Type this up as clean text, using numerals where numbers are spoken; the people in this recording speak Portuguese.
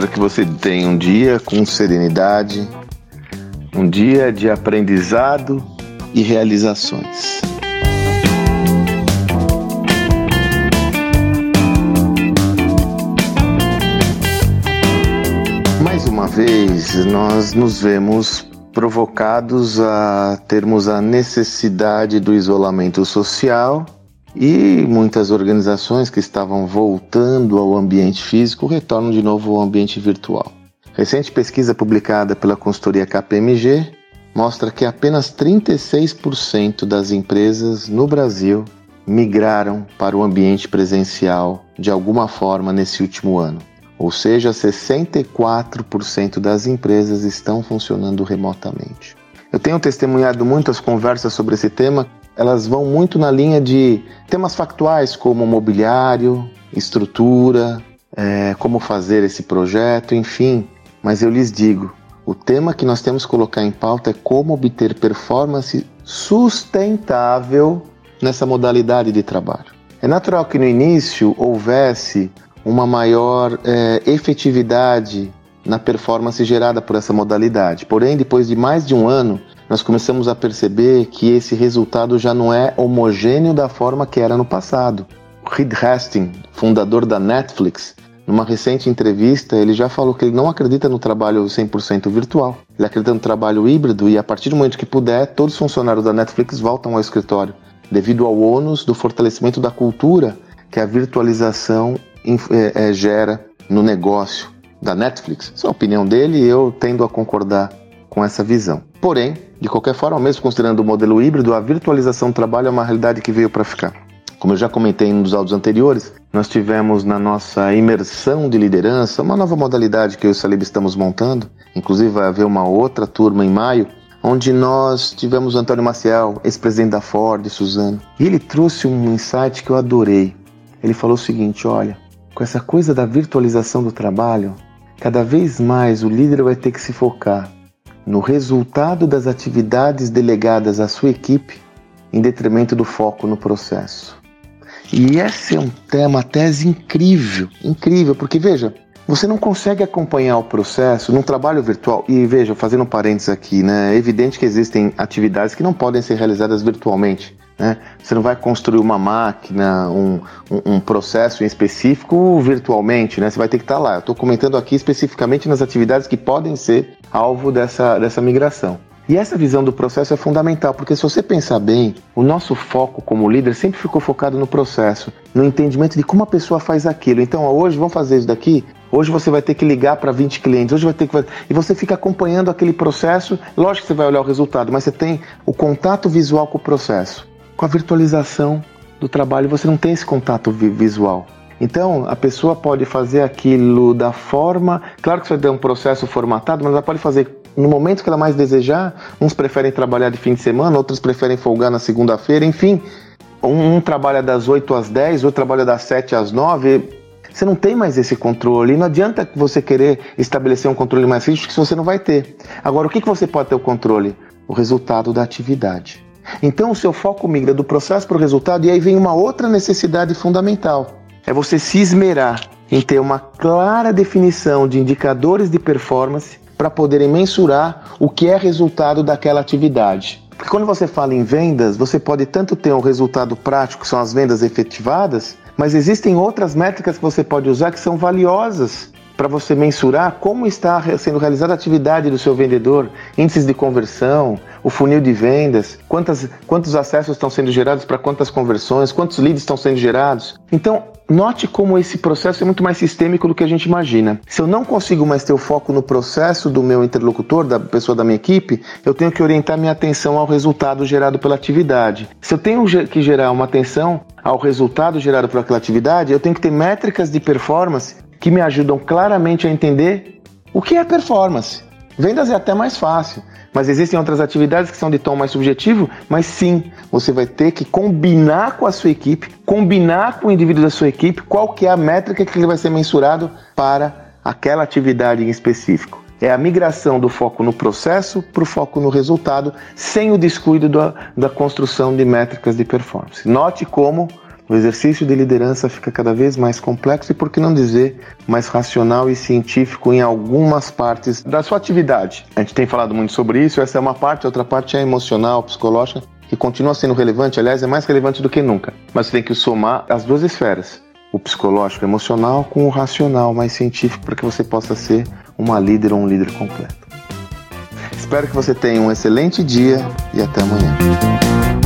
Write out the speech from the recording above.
que você tenha um dia com serenidade, um dia de aprendizado e realizações. Mais uma vez, nós nos vemos provocados a termos a necessidade do isolamento social e muitas organizações que estavam voltando ao ambiente físico retornam de novo ao ambiente virtual. Recente pesquisa publicada pela consultoria KPMG mostra que apenas 36% das empresas no Brasil migraram para o ambiente presencial de alguma forma nesse último ano. Ou seja, 64% das empresas estão funcionando remotamente. Eu tenho testemunhado muitas conversas sobre esse tema, elas vão muito na linha de temas factuais como mobiliário, estrutura, como fazer esse projeto, enfim. Mas eu lhes digo, o tema que nós temos que colocar em pauta é como obter performance sustentável nessa modalidade de trabalho. É natural que no início houvesse uma maior efetividade na performance gerada por essa modalidade. Porém, depois de mais de um ano, nós começamos a perceber que esse resultado já não é homogêneo da forma que era no passado. Reed Hastings, fundador da Netflix, numa recente entrevista, ele já falou que ele não acredita no trabalho 100% virtual. Ele acredita no trabalho híbrido e, a partir do momento que puder, todos os funcionários da Netflix voltam ao escritório, devido ao ônus do fortalecimento da cultura que a virtualização gera no negócio da Netflix. Essa é a opinião dele e eu tendo a concordar com essa visão. Porém, de qualquer forma, mesmo considerando o modelo híbrido, a virtualização do trabalho é uma realidade que veio para ficar. Como eu já comentei em um dos áudios anteriores, nós tivemos na nossa imersão de liderança uma nova modalidade que eu e o Salib estamos montando. Inclusive vai haver uma outra turma em maio, onde nós tivemos o Antônio Maciel, ex-presidente da Ford, Suzano. E ele trouxe um insight que eu adorei. Ele falou o seguinte: olha, com essa coisa da virtualização do trabalho, cada vez mais o líder vai ter que se focar no resultado das atividades delegadas à sua equipe, em detrimento do foco no processo. E esse é uma tese incrível, porque veja, você não consegue acompanhar o processo num trabalho virtual. E veja, fazendo um parênteses aqui, né, é evidente que existem atividades que não podem ser realizadas virtualmente. Você não vai construir uma máquina, um processo em específico virtualmente, né? Você vai ter que estar lá. Eu estou comentando aqui especificamente nas atividades que podem ser alvo dessa migração. E essa visão do processo é fundamental, porque se você pensar bem, o nosso foco como líder sempre ficou focado no processo, no entendimento de como a pessoa faz aquilo. Então, hoje vamos fazer isso daqui, hoje você vai ter que ligar para 20 clientes, hoje vai ter que... E você fica acompanhando aquele processo, lógico que você vai olhar o resultado, mas você tem o contato visual com o processo. Com a virtualização do trabalho, você não tem esse contato visual. Então, a pessoa pode fazer aquilo da forma... Claro que você vai ter um processo formatado, mas ela pode fazer no momento que ela mais desejar. Uns preferem trabalhar de fim de semana, outros preferem folgar na segunda-feira, enfim. Um trabalha das 8 às 10, outro trabalha das 7 às 9. Você não tem mais esse controle. E não adianta você querer estabelecer um controle mais rígido que você não vai ter. Agora, o que você pode ter o controle? O resultado da atividade. Então o seu foco migra do processo para o resultado, e aí vem uma outra necessidade fundamental. É você se esmerar em ter uma clara definição de indicadores de performance para poderem mensurar o que é resultado daquela atividade. Porque quando você fala em vendas, você pode tanto ter um resultado prático, que são as vendas efetivadas, mas existem outras métricas que você pode usar que são valiosas para você mensurar como está sendo realizada a atividade do seu vendedor, índices de conversão, o funil de vendas, quantos acessos estão sendo gerados para quantas conversões, quantos leads estão sendo gerados. Então, note como esse processo é muito mais sistêmico do que a gente imagina. Se eu não consigo mais ter o foco no processo do meu interlocutor, da pessoa da minha equipe, eu tenho que orientar minha atenção ao resultado gerado pela atividade. Se eu tenho que gerar uma atenção ao resultado gerado por aquela atividade, eu tenho que ter métricas de performance que me ajudam claramente a entender o que é performance. Vendas é até mais fácil, mas existem outras atividades que são de tom mais subjetivo, mas sim, você vai ter que combinar com a sua equipe, combinar com o indivíduo da sua equipe, qual que é a métrica que ele vai ser mensurado para aquela atividade em específico. É a migração do foco no processo para o foco no resultado, sem o descuido da construção de métricas de performance. Note como o exercício de liderança fica cada vez mais complexo e, por que não dizer, mais racional e científico em algumas partes da sua atividade. A gente tem falado muito sobre isso, essa é uma parte, a outra parte é emocional, psicológica, que continua sendo relevante, aliás, é mais relevante do que nunca. Mas você tem que somar as duas esferas, o psicológico emocional com o racional mais científico, para que você possa ser uma líder ou um líder completo. Espero que você tenha um excelente dia e até amanhã.